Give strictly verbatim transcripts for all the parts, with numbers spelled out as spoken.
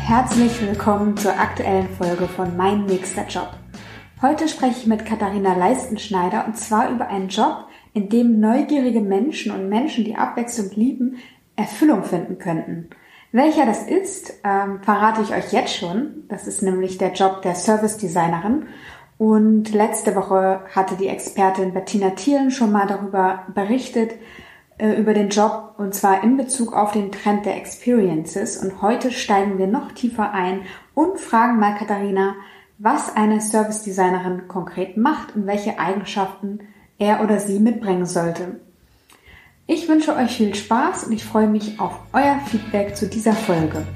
Herzlich willkommen zur aktuellen Folge von Mein nächster Job. Heute spreche ich mit Katharina Leistenschneider und zwar über einen Job, in dem neugierige Menschen und Menschen, die Abwechslung lieben, Erfüllung finden könnten. Welcher das ist, ähm, verrate ich euch jetzt schon. Das ist nämlich der Job der Service Designerin. Und letzte Woche hatte die Expertin Bettina Thielen schon mal darüber berichtet, über den Job, und zwar in Bezug auf den Trend der Experiences. Und heute steigen wir noch tiefer ein und fragen mal Katharina, was eine Service Designerin konkret macht und welche Eigenschaften er oder sie mitbringen sollte. Ich wünsche euch viel Spaß und ich freue mich auf euer Feedback zu dieser Folge.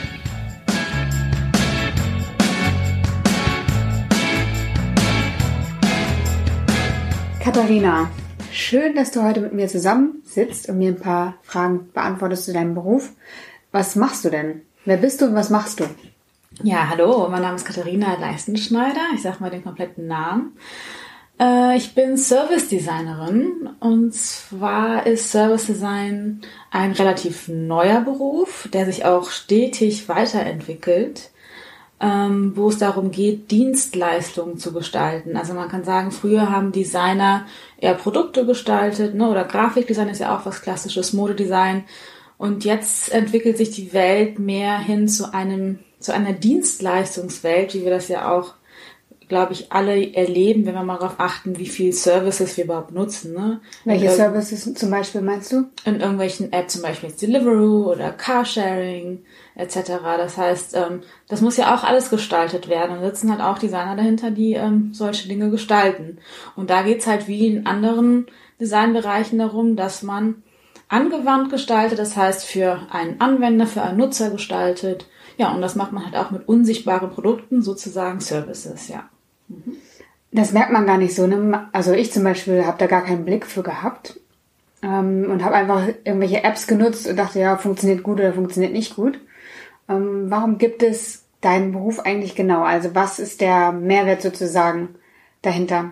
Katharina, schön, dass du heute mit mir zusammen sitzt und mir ein paar Fragen beantwortest zu deinem Beruf. Was machst du denn? Wer bist du und was machst du? Ja, hallo, mein Name ist Katharina Leistenschneider. Ich sage mal den kompletten Namen. Äh, ich bin Service Designerin und zwar ist Service Design ein relativ neuer Beruf, der sich auch stetig weiterentwickelt. Ähm, wo es darum geht, Dienstleistungen zu gestalten. Also man kann sagen, früher haben Designer eher Produkte gestaltet, ne? Oder Grafikdesign ist ja auch was Klassisches, Modedesign. Und jetzt entwickelt sich die Welt mehr hin zu einem, zu einer Dienstleistungswelt, wie wir das ja auch, glaube ich, alle erleben, wenn wir mal darauf achten, wie viel Services wir überhaupt nutzen. Ne? Welche in Services zum Beispiel meinst du? In irgendwelchen Apps, zum Beispiel Deliveroo oder Carsharing et cetera. Das heißt, ähm, das muss ja auch alles gestaltet werden. Und sitzen halt auch Designer dahinter, die ähm, solche Dinge gestalten. Und da geht's halt wie in anderen Designbereichen darum, dass man angewandt gestaltet, das heißt für einen Anwender, für einen Nutzer gestaltet. Ja, und das macht man halt auch mit unsichtbaren Produkten, sozusagen Services, ja. Mhm. Das merkt man gar nicht so. Ne? Also ich zum Beispiel habe da gar keinen Blick für gehabt ähm, und habe einfach irgendwelche Apps genutzt und dachte, ja, funktioniert gut oder funktioniert nicht gut. Ähm, warum gibt es deinen Beruf eigentlich genau? Also was ist der Mehrwert sozusagen dahinter?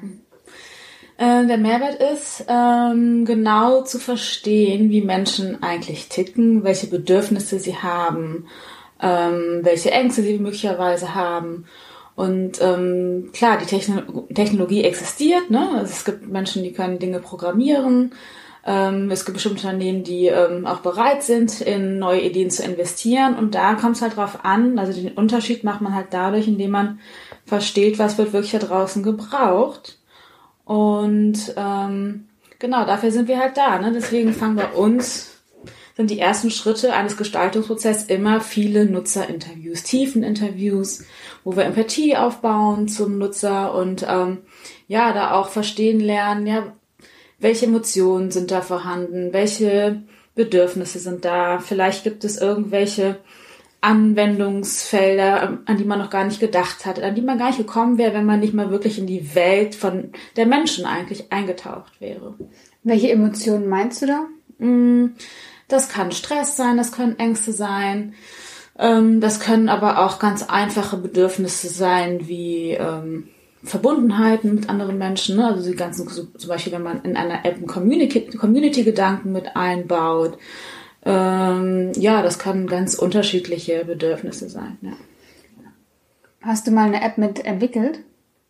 Äh, der Mehrwert ist, ähm, genau zu verstehen, wie Menschen eigentlich ticken, welche Bedürfnisse sie haben, ähm, welche Ängste sie möglicherweise haben. Und ähm, klar, die Techno- Technologie existiert, ne? Also es gibt Menschen, die können Dinge programmieren. Ähm, es gibt bestimmte Unternehmen, die ähm, auch bereit sind, in neue Ideen zu investieren. Und da kommt es halt drauf an, also den Unterschied macht man halt dadurch, indem man versteht, was wird wirklich da draußen gebraucht. Und ähm, genau, dafür sind wir halt da. Ne? Deswegen fangen bei uns, sind die ersten Schritte eines Gestaltungsprozesses immer viele Nutzerinterviews, Tiefeninterviews, wo wir Empathie aufbauen zum Nutzer und ähm, ja, da auch verstehen lernen, ja, welche Emotionen sind da vorhanden, welche Bedürfnisse sind da, vielleicht gibt es irgendwelche Anwendungsfelder, an die man noch gar nicht gedacht hat, an die man gar nicht gekommen wäre, wenn man nicht mal wirklich in die Welt von der Menschen eigentlich eingetaucht wäre. Welche Emotionen meinst du da? Das kann Stress sein, das können Ängste sein, das können aber auch ganz einfache Bedürfnisse sein, wie ähm, Verbundenheiten mit anderen Menschen, ne? Also die ganzen, zum Beispiel, wenn man in einer App einen Community, Community-Gedanken mit einbaut. Ähm, ja, das können ganz unterschiedliche Bedürfnisse sein. Ja. Hast du mal eine App mit entwickelt?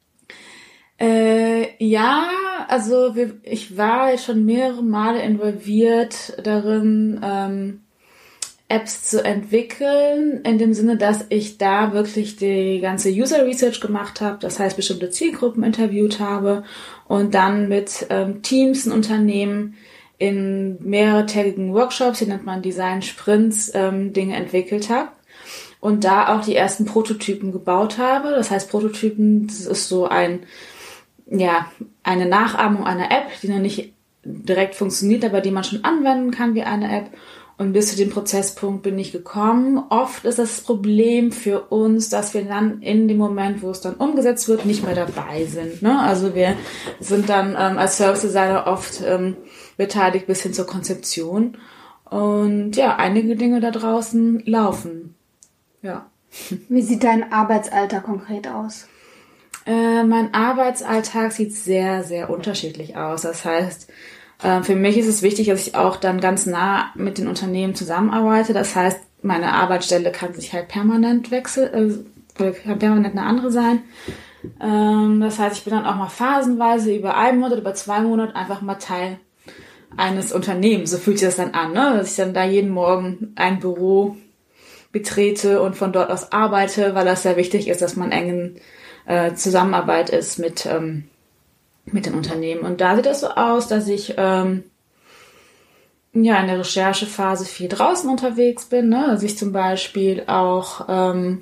Äh, ja, also wir, ich war schon mehrere Male involviert darin, ähm, Apps zu entwickeln, in dem Sinne, dass ich da wirklich die ganze User Research gemacht habe, das heißt bestimmte Zielgruppen interviewt habe und dann mit ähm, Teams und Unternehmen in mehrtägigen Workshops, die nennt man Design Sprints, ähm, Dinge entwickelt habe und da auch die ersten Prototypen gebaut habe. Das heißt, Prototypen, das ist so ein, ja, eine Nachahmung einer App, die noch nicht direkt funktioniert, aber die man schon anwenden kann wie eine App. Und bis zu dem Prozesspunkt bin ich gekommen. Oft ist das Problem für uns, dass wir dann in dem Moment, wo es dann umgesetzt wird, nicht mehr dabei sind. Ne? Also wir sind dann ähm, als Service Designer oft ähm, beteiligt bis hin zur Konzeption. Und ja, einige Dinge da draußen laufen. Ja. Wie sieht dein Arbeitsalltag konkret aus? Äh, mein Arbeitsalltag sieht sehr, sehr unterschiedlich aus. Das heißt, Für mich ist es wichtig, dass ich auch dann ganz nah mit den Unternehmen zusammenarbeite. Das heißt, meine Arbeitsstelle kann sich halt permanent wechseln, äh, kann permanent eine andere sein. Ähm, das heißt, ich bin dann auch mal phasenweise über einen Monat, über zwei Monate einfach mal Teil eines Unternehmens. So fühlt sich das dann an, ne? Dass ich dann da jeden Morgen ein Büro betrete und von dort aus arbeite, weil das sehr wichtig ist, dass man engen äh, Zusammenarbeit ist mit, ähm, mit den Unternehmen. Und da sieht das so aus, dass ich ähm, ja in der Recherchephase viel draußen unterwegs bin, ne? Dass ich zum Beispiel auch ähm,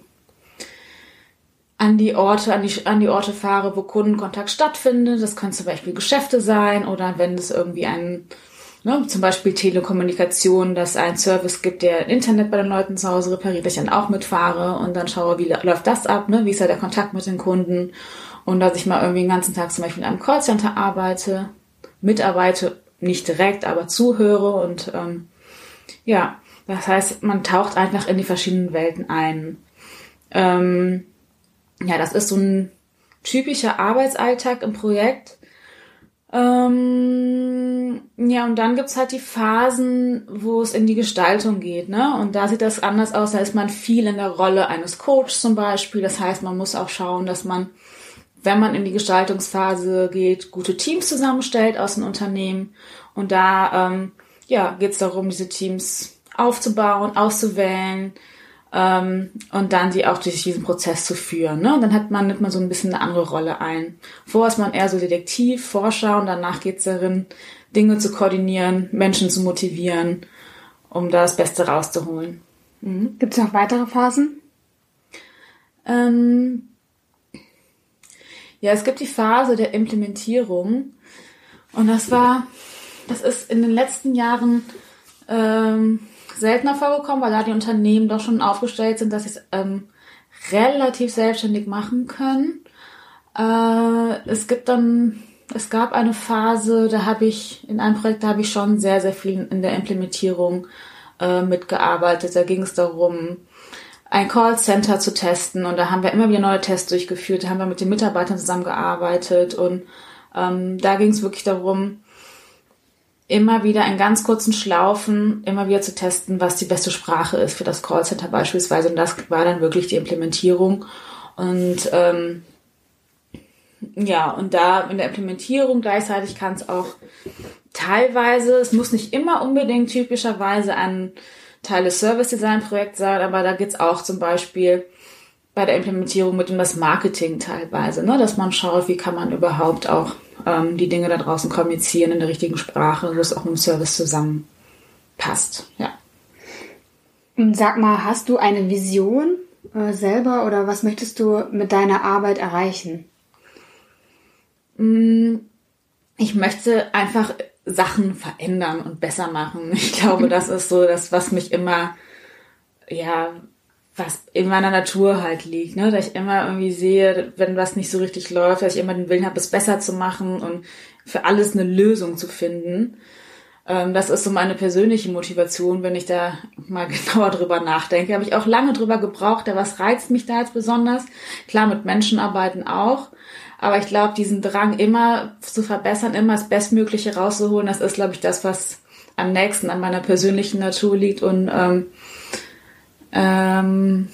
an die Orte, an die, an die Orte fahre, wo Kundenkontakt stattfindet. Das können zum Beispiel Geschäfte sein oder wenn es irgendwie ein, ne, zum Beispiel Telekommunikation, dass es einen Service gibt, der Internet bei den Leuten zu Hause repariert, dass ich dann auch mitfahre und dann schaue, wie läuft das ab, ne, wie ist da der Kontakt mit den Kunden und dass ich mal irgendwie den ganzen Tag zum Beispiel in einem Callcenter arbeite, mitarbeite, nicht direkt, aber zuhöre und ähm, ja, das heißt, man taucht einfach in die verschiedenen Welten ein. Ähm, Ja, das ist so ein typischer Arbeitsalltag im Projekt. Ähm, ja, und dann gibt's halt die Phasen, wo es in die Gestaltung geht, ne? Und da sieht das anders aus. Da ist man viel in der Rolle eines Coaches zum Beispiel. Das heißt, man muss auch schauen, dass man, wenn man in die Gestaltungsphase geht, gute Teams zusammenstellt aus den Unternehmen. Und da ähm, ja, geht's darum, diese Teams aufzubauen, auszuwählen, Ähm, und dann sie auch durch diesen Prozess zu führen. Ne? Und dann hat man, nimmt man so ein bisschen eine andere Rolle ein. Vorher ist man eher so Detektiv, Forscher und danach geht es darin, Dinge zu koordinieren, Menschen zu motivieren, um da das Beste rauszuholen. Mhm. Gibt es noch weitere Phasen? Ähm, ja, es gibt die Phase der Implementierung und das war, das ist in den letzten Jahren ähm, seltener vorgekommen, weil da die Unternehmen doch schon aufgestellt sind, dass sie es ähm, relativ selbstständig machen können. Äh, es gibt dann, es gab eine Phase, da habe ich, in einem Projekt, da habe ich schon sehr, sehr viel in der Implementierung äh, mitgearbeitet. Da ging es darum, ein Callcenter zu testen und da haben wir immer wieder neue Tests durchgeführt, da haben wir mit den Mitarbeitern zusammengearbeitet und ähm, da ging es wirklich darum, immer wieder in ganz kurzen Schlaufen immer wieder zu testen, was die beste Sprache ist für das Callcenter beispielsweise. Und das war dann wirklich die Implementierung. Und ähm, ja, und da in der Implementierung gleichzeitig kann es auch teilweise, es muss nicht immer unbedingt typischerweise ein Teil des Service-Design-Projekts sein, aber da geht's auch zum Beispiel bei der Implementierung mit um das Marketing teilweise, ne? Dass man schaut, wie kann man überhaupt auch ähm, die Dinge da draußen kommunizieren in der richtigen Sprache, wo es auch mit dem Service zusammenpasst. Ja. Sag mal, hast du eine Vision äh, selber oder was möchtest du mit deiner Arbeit erreichen? Ich möchte einfach Sachen verändern und besser machen. Ich glaube, das ist so das, was mich immer, ja, was in meiner Natur halt liegt, ne? Dass ich immer irgendwie sehe, wenn was nicht so richtig läuft, dass ich immer den Willen habe, es besser zu machen und für alles eine Lösung zu finden. Ähm, das ist so meine persönliche Motivation, wenn ich da mal genauer drüber nachdenke. Habe ich auch lange drüber gebraucht, aber was reizt mich da jetzt besonders? Klar, mit Menschen arbeiten auch, aber ich glaube, diesen Drang immer zu verbessern, immer das Bestmögliche rauszuholen, das ist, glaube ich, das, was am nächsten an meiner persönlichen Natur liegt und ähm, Ähm,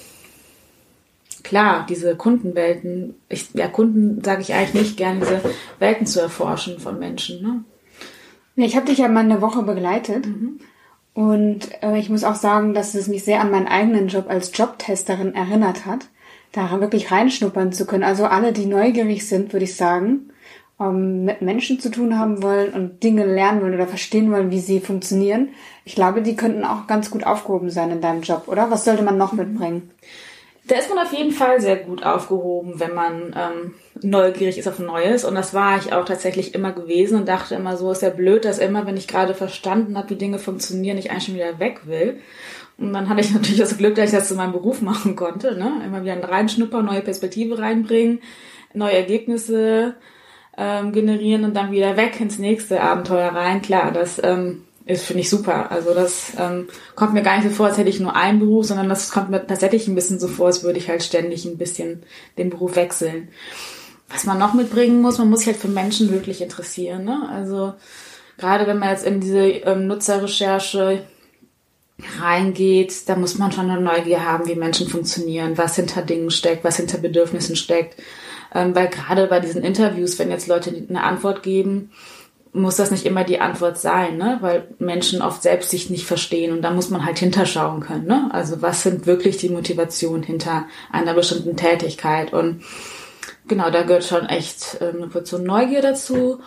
klar, diese Kundenwelten, ich, ja, Kunden sage ich eigentlich nicht gern, diese Welten zu erforschen von Menschen. Ne? Ich habe dich ja mal eine Woche begleitet mhm. und äh, ich muss auch sagen, dass es mich sehr an meinen eigenen Job als Jobtesterin erinnert hat, da wirklich reinschnuppern zu können. Also alle, die neugierig sind, würde ich sagen, um, mit Menschen zu tun haben wollen und Dinge lernen wollen oder verstehen wollen, wie sie funktionieren. Ich glaube, die könnten auch ganz gut aufgehoben sein in deinem Job, oder? Was sollte man noch mitbringen? Da ist man auf jeden Fall sehr gut aufgehoben, wenn man ähm, neugierig ist auf Neues. Und das war ich auch tatsächlich immer gewesen und dachte immer, so ist ja blöd, dass immer, wenn ich gerade verstanden habe, wie Dinge funktionieren, ich eigentlich schon wieder weg will. Und dann hatte ich natürlich das Glück, dass ich das zu meinem Beruf machen konnte. Ne? Immer wieder reinschnuppern, neue Perspektive reinbringen, neue Ergebnisse ähm, generieren und dann wieder weg ins nächste Abenteuer rein. Klar, das ähm, ist, finde ich, super. Also das ähm, kommt mir gar nicht so vor, als hätte ich nur einen Beruf, sondern das kommt mir tatsächlich ein bisschen so vor, als würde ich halt ständig ein bisschen den Beruf wechseln. Was man noch mitbringen muss, man muss sich halt für Menschen wirklich interessieren. Ne? Also gerade wenn man jetzt in diese ähm, Nutzerrecherche reingeht, da muss man schon eine Neugier haben, wie Menschen funktionieren, was hinter Dingen steckt, was hinter Bedürfnissen steckt. Ähm, weil gerade bei diesen Interviews, wenn jetzt Leute eine Antwort geben, muss das nicht immer die Antwort sein, ne? Weil Menschen oft selbst sich nicht verstehen und da muss man halt hinterschauen können. Ne? Also was sind wirklich die Motivationen hinter einer bestimmten Tätigkeit? Und genau, da gehört schon echt ähm, eine Portion Neugier dazu.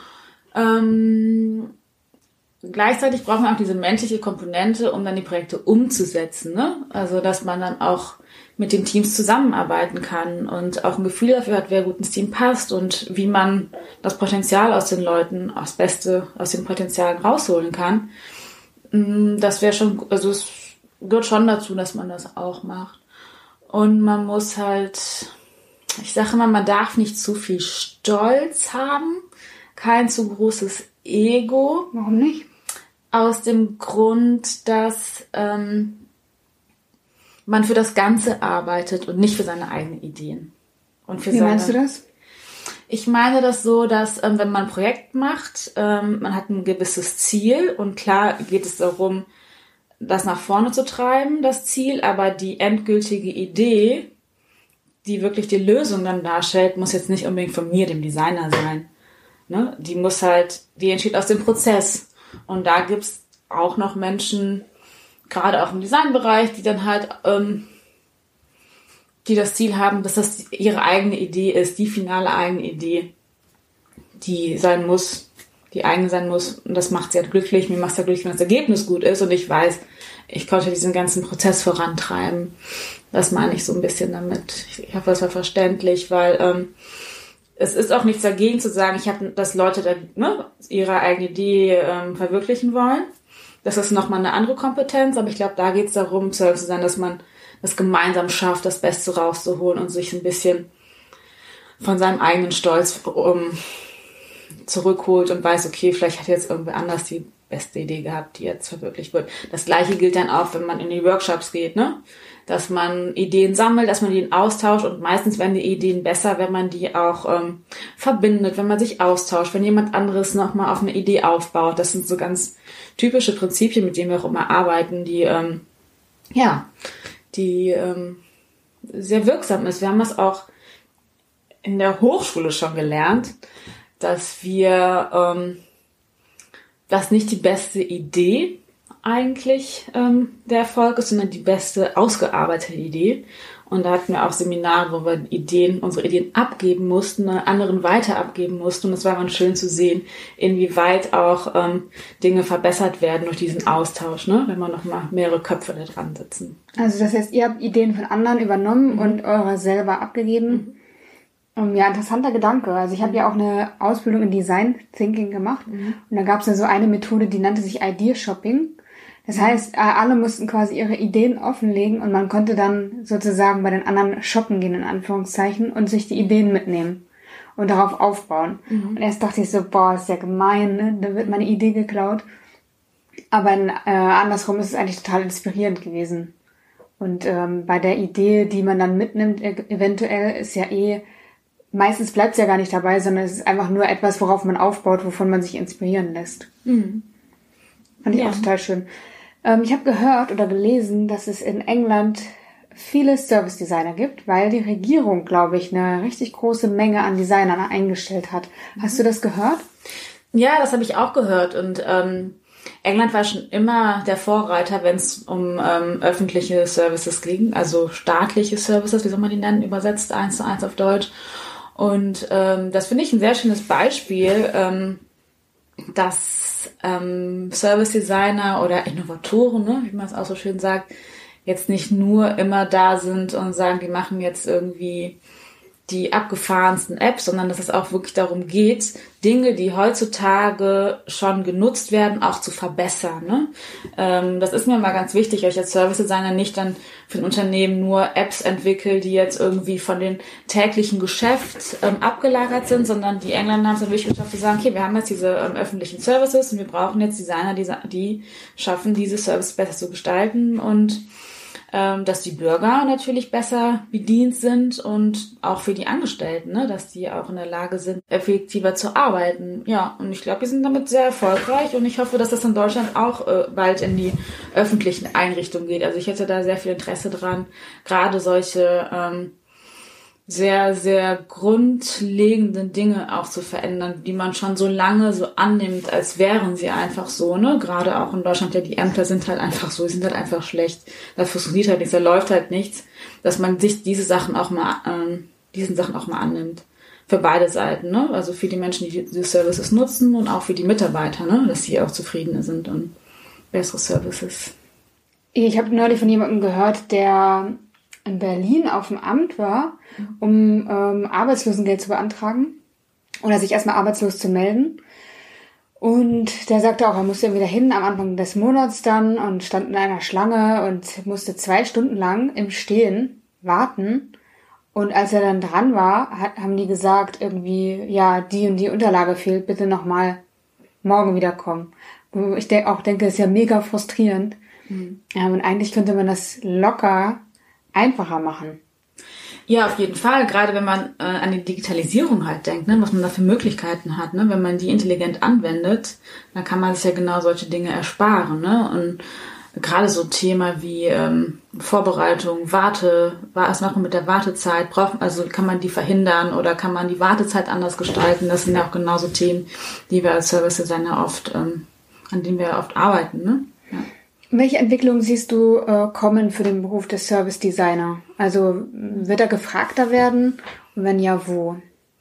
Ähm, gleichzeitig brauchen wir auch diese menschliche Komponente, um dann die Projekte umzusetzen. Ne? Also dass man dann auch mit den Teams zusammenarbeiten kann und auch ein Gefühl dafür hat, wer gut ins Team passt und wie man das Potenzial aus den Leuten, das Beste aus den Potenzialen rausholen kann. Das wäre schon, also es gehört schon dazu, dass man das auch macht. Und man muss halt, ich sage immer, man darf nicht zu viel Stolz haben, kein zu großes Ego. Warum nicht? Aus dem Grund, dass ähm, man für das Ganze arbeitet und nicht für seine eigenen Ideen. Und für Wie seine, meinst du das? Ich meine das so, dass ähm, wenn man ein Projekt macht, ähm, man hat ein gewisses Ziel und klar geht es darum, das nach vorne zu treiben, das Ziel, aber die endgültige Idee, die wirklich die Lösung dann darstellt, muss jetzt nicht unbedingt von mir, dem Designer, sein. Ne? Die muss halt, die entsteht aus dem Prozess. Und da gibt's auch noch Menschen, gerade auch im Designbereich, die dann halt, ähm, die das Ziel haben, dass das ihre eigene Idee ist, die finale eigene Idee, die sein muss, die eigene sein muss. Und das macht sie halt glücklich. Mir macht es ja glücklich, wenn das Ergebnis gut ist. Und ich weiß, ich konnte diesen ganzen Prozess vorantreiben. Das meine ich so ein bisschen damit. Ich hoffe, das war verständlich, weil ähm, es ist auch nichts dagegen zu sagen, ich habe, dass Leute da, ne, ihre eigene Idee ähm, verwirklichen wollen. Das ist nochmal eine andere Kompetenz, aber ich glaube, da geht es darum, zu sein, dass man das gemeinsam schafft, das Beste rauszuholen und sich ein bisschen von seinem eigenen Stolz um, zurückholt und weiß, okay, vielleicht hat jetzt irgendwer anders die beste Idee gehabt, die jetzt verwirklicht wird. Das Gleiche gilt dann auch, wenn man in die Workshops geht, ne? Dass man Ideen sammelt, dass man Ideen austauscht und meistens werden die Ideen besser, wenn man die auch ähm, verbindet, wenn man sich austauscht, wenn jemand anderes nochmal auf eine Idee aufbaut. Das sind so ganz typische Prinzipien, mit denen wir auch immer arbeiten, die ähm, ja, die ähm, sehr wirksam ist. Wir haben das auch in der Hochschule schon gelernt, dass wir ähm, dass nicht die beste Idee eigentlich ähm, der Erfolg ist, sondern die beste ausgearbeitete Idee. Und da hatten wir auch Seminare, wo wir Ideen, unsere Ideen abgeben mussten, anderen weiter abgeben mussten. Und es war ganz schön zu sehen, inwieweit auch ähm, Dinge verbessert werden durch diesen Austausch, ne? Wenn man nochmal mehrere Köpfe da dran sitzen. Also das heißt, ihr habt Ideen von anderen übernommen mhm. und eure selber abgegeben. Mhm. Um, ja, interessanter Gedanke. Also ich habe ja auch eine Ausbildung in Design Thinking gemacht. Mhm. Und da gab es ja so eine Methode, die nannte sich Idea Shopping. Das heißt, alle mussten quasi ihre Ideen offenlegen und man konnte dann sozusagen bei den anderen shoppen gehen, in Anführungszeichen, und sich die Ideen mitnehmen und darauf aufbauen. Mhm. Und erst dachte ich so, boah, ist ja gemein, ne? Da wird meine Idee geklaut. Aber äh, andersrum ist es eigentlich total inspirierend gewesen. Und ähm, bei der Idee, die man dann mitnimmt, e- eventuell ist ja eh, meistens bleibt es ja gar nicht dabei, sondern es ist einfach nur etwas, worauf man aufbaut, wovon man sich inspirieren lässt. Mhm. Fand ich ja. auch total schön. Ähm, ich habe gehört oder gelesen, dass es in England viele Service-Designer gibt, weil die Regierung, glaube ich, eine richtig große Menge an Designern eingestellt hat. Hast du das gehört? Ja, das habe ich auch gehört. Und ähm, England war schon immer der Vorreiter, wenn es um ähm, öffentliche Services ging, also staatliche Services, wie soll man die nennen, übersetzt eins zu eins auf Deutsch. Und ähm, das finde ich ein sehr schönes Beispiel, ähm, dass ähm, Service-Designer oder Innovatoren, ne, wie man es auch so schön sagt, jetzt nicht nur immer da sind und sagen, die machen jetzt irgendwie die abgefahrensten Apps, sondern dass es auch wirklich darum geht, Dinge, die heutzutage schon genutzt werden, auch zu verbessern. Ne? Ähm, das ist mir mal ganz wichtig, weil ich als Service-Designer nicht dann für ein Unternehmen nur Apps entwickle, die jetzt irgendwie von dem täglichen Geschäft ähm, abgelagert sind, sondern die Engländer haben es dann wirklich geschafft zu sagen, okay, wir haben jetzt diese ähm, öffentlichen Services und wir brauchen jetzt Designer, die, die schaffen, diese Services besser zu gestalten und ähm, dass die Bürger natürlich besser bedient sind und auch für die Angestellten, ne, dass die auch in der Lage sind, effektiver zu arbeiten. Ja, und ich glaube, wir sind damit sehr erfolgreich und ich hoffe, dass das in Deutschland auch äh, bald in die öffentlichen Einrichtungen geht. Also ich hätte da sehr viel Interesse dran, gerade solche ähm, sehr, sehr grundlegenden Dinge auch zu verändern, die man schon so lange so annimmt, als wären sie einfach so, ne? Gerade auch in Deutschland, ja, die Ämter sind halt einfach so, die sind halt einfach schlecht. Da funktioniert halt nichts, da läuft halt nichts, dass man sich diese Sachen auch mal, ähm, diesen Sachen auch mal annimmt. Für beide Seiten, ne? Also für die Menschen, die diese Services nutzen und auch für die Mitarbeiter, ne? Dass sie auch zufriedener sind und bessere Services. Ich habe neulich von jemandem gehört, der in Berlin auf dem Amt war, um ähm, Arbeitslosengeld zu beantragen oder sich erstmal arbeitslos zu melden. Und der sagte auch, er musste wieder hin am Anfang des Monats dann und stand in einer Schlange und musste zwei Stunden lang im Stehen warten. Und als er dann dran war, hat, haben die gesagt, irgendwie, ja, die und die Unterlage fehlt, bitte nochmal morgen wiederkommen. Wo ich denk, auch denke, das ist ja mega frustrierend. Mhm. Ja, und eigentlich könnte man das locker einfacher machen. Ja, auf jeden Fall. Gerade wenn man äh, an die Digitalisierung halt denkt, ne, was man da für Möglichkeiten hat, ne, wenn man die intelligent anwendet, dann kann man sich ja genau solche Dinge ersparen, ne, und gerade so ein Thema wie ähm, Vorbereitung, Warte, was macht man mit der Wartezeit, braucht, also kann man die verhindern oder kann man die Wartezeit anders gestalten? Das sind ja auch genauso Themen, die wir als Service Designer oft, ähm, an denen wir oft arbeiten, ne. Ja. Welche Entwicklungen siehst du äh, kommen für den Beruf des Service Designer? Also wird er gefragter werden? Und wenn ja, wo?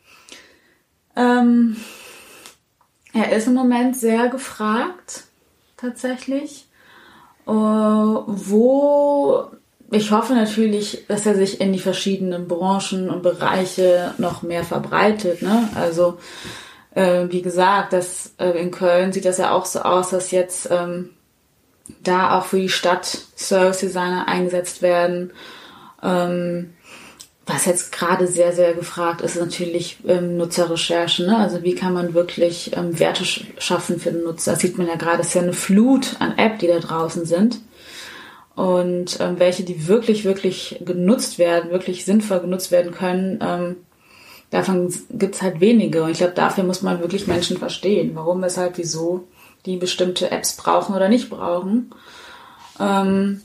Ähm, er ist im Moment sehr gefragt, tatsächlich. Äh, wo ich hoffe natürlich, dass er sich in die verschiedenen Branchen und Bereiche noch mehr verbreitet, ne? Also äh, wie gesagt, das, äh, in Köln sieht das ja auch so aus, dass jetzt ähm, da auch für die Stadt Service Designer eingesetzt werden. Ähm, was jetzt gerade sehr, sehr gefragt ist, ist natürlich ähm, Nutzerrecherche. Ne? Also wie kann man wirklich ähm, Werte sch- schaffen für den Nutzer? Das sieht man ja gerade, es ist ja eine Flut an App, die da draußen sind. Und ähm, welche, die wirklich, wirklich genutzt werden, wirklich sinnvoll genutzt werden können, ähm, davon gibt's halt wenige. Und ich glaube, dafür muss man wirklich Menschen verstehen. Warum, weshalb, wieso die bestimmte Apps brauchen oder nicht brauchen. Ähm,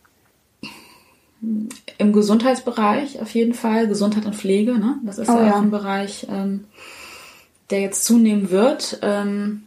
Im Gesundheitsbereich auf jeden Fall, Gesundheit und Pflege, ne? Das ist oh, ja auch ein Bereich, ähm, der jetzt zunehmen wird. Ähm,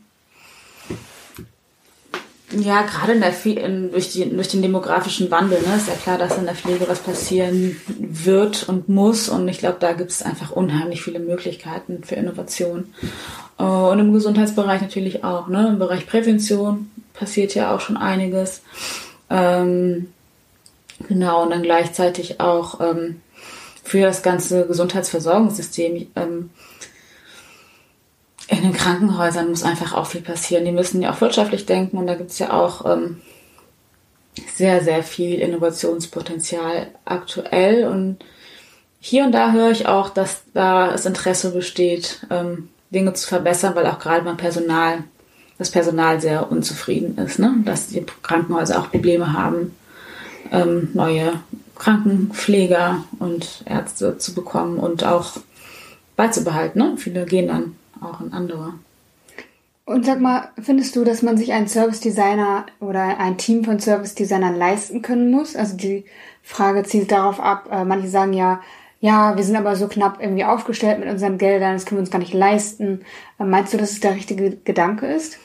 ja, gerade in der Pfle- in, durch, die, durch den demografischen Wandel, ne, ist ja klar, dass in der Pflege was passieren wird und muss. Und ich glaube, da gibt es einfach unheimlich viele Möglichkeiten für Innovation. Und im Gesundheitsbereich natürlich auch, ne? Im Bereich Prävention passiert ja auch schon einiges. Ähm, genau, und dann gleichzeitig auch ähm, für das ganze Gesundheitsversorgungssystem. Ähm, in den Krankenhäusern muss einfach auch viel passieren. Die müssen ja auch wirtschaftlich denken und da gibt es ja auch ähm, sehr, sehr viel Innovationspotenzial aktuell. Und hier und da höre ich auch, dass da das Interesse besteht, ähm, Dinge zu verbessern, weil auch gerade beim Personal, das Personal sehr unzufrieden ist, ne? Dass die Krankenhäuser auch Probleme haben, ähm, neue Krankenpfleger und Ärzte zu bekommen und auch beizubehalten, ne? Viele gehen dann auch in andere. Und sag mal, findest du, dass man sich einen Service Designer oder ein Team von Service Designern leisten können muss? Also die Frage zielt darauf ab, äh, manche sagen ja, ja, wir sind aber so knapp irgendwie aufgestellt mit unseren Geldern, das können wir uns gar nicht leisten. Äh, meinst du, dass es der richtige Gedanke ist?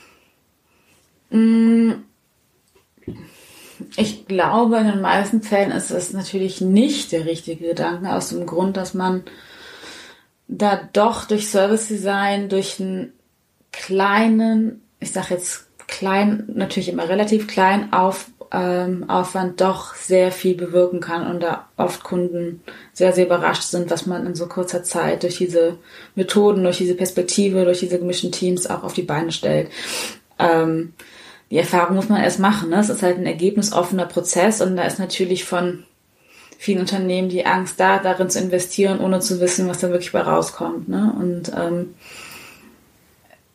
Ich glaube, in den meisten Fällen ist es natürlich nicht der richtige Gedanke, aus dem Grund, dass man da doch durch Service Design, durch einen kleinen, ich sage jetzt klein, natürlich immer relativ klein auf, ähm, Aufwand doch sehr viel bewirken kann und da oft Kunden sehr, sehr überrascht sind, was man in so kurzer Zeit durch diese Methoden, durch diese Perspektive, durch diese gemischten Teams auch auf die Beine stellt. Ähm, die Erfahrung muss man erst machen, ne? Es ist halt ein ergebnisoffener Prozess und da ist natürlich von vielen Unternehmen die Angst da, darin zu investieren, ohne zu wissen, was da wirklich bei rauskommt, ne? Und ähm,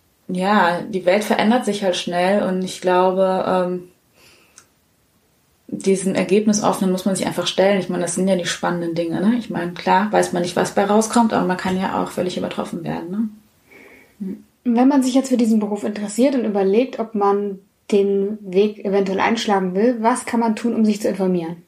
ja, die Welt verändert sich halt schnell und ich glaube, ähm, diesem Ergebnisoffenen muss man sich einfach stellen. Ich meine, das sind ja die spannenden Dinge. Ne? Ich meine, klar weiß man nicht, was bei rauskommt, aber man kann ja auch völlig übertroffen werden. Ne? Hm. Wenn man sich jetzt für diesen Beruf interessiert und überlegt, ob man den Weg eventuell einschlagen will, was kann man tun, um sich zu informieren?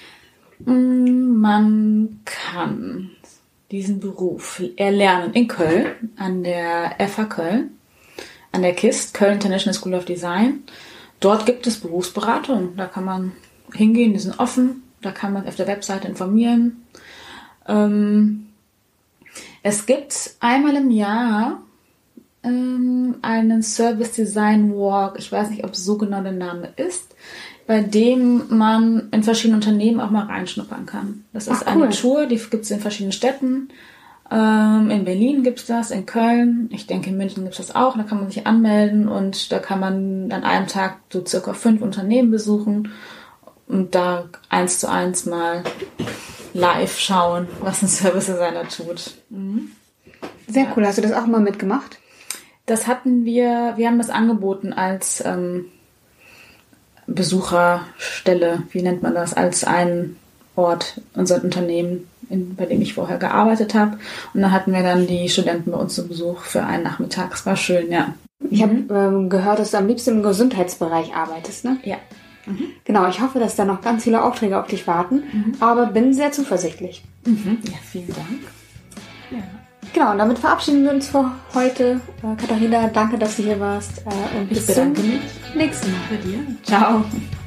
Man kann diesen Beruf erlernen in Köln, an der F H Köln, an der K I S T, Köln International School of Design. Dort gibt es Berufsberatung. Da kann man hingehen, die sind offen. Da kann man auf der Webseite informieren. Ähm, es gibt einmal im Jahr ähm, einen Service Design Walk. Ich weiß nicht, ob so genau der Name ist, bei dem man in verschiedenen Unternehmen auch mal reinschnuppern kann. Das ist Ach, cool. eine Tour, die gibt es in verschiedenen Städten. Ähm, in Berlin gibt es das, in Köln, ich denke in München gibt es das auch. Da kann man sich anmelden und da kann man an einem Tag so circa fünf Unternehmen besuchen und da eins zu eins mal live schauen, was ein Service-Designer tut. Mhm. Sehr cool. Hast du das auch mal mitgemacht? Das hatten wir, wir haben das angeboten als ähm, Besucherstelle, wie nennt man das, als ein Ort, unser Unternehmen, in, bei dem ich vorher gearbeitet habe. Und da hatten wir dann die Studenten bei uns zu Besuch für einen Nachmittag. Es war schön, ja. Ich habe ähm, gehört, dass du am liebsten im Gesundheitsbereich arbeitest, ne? Ja. Mhm. Genau, ich hoffe, dass da noch ganz viele Aufträge auf dich warten, mhm. aber bin sehr zuversichtlich. Mhm. Ja, vielen Dank. Ja. Genau, und damit verabschieden wir uns für heute. Äh, Katharina, danke, dass du hier warst. Äh, und ich bis bedanke zum mich. nächsten Mal. Bei dir. Ciao.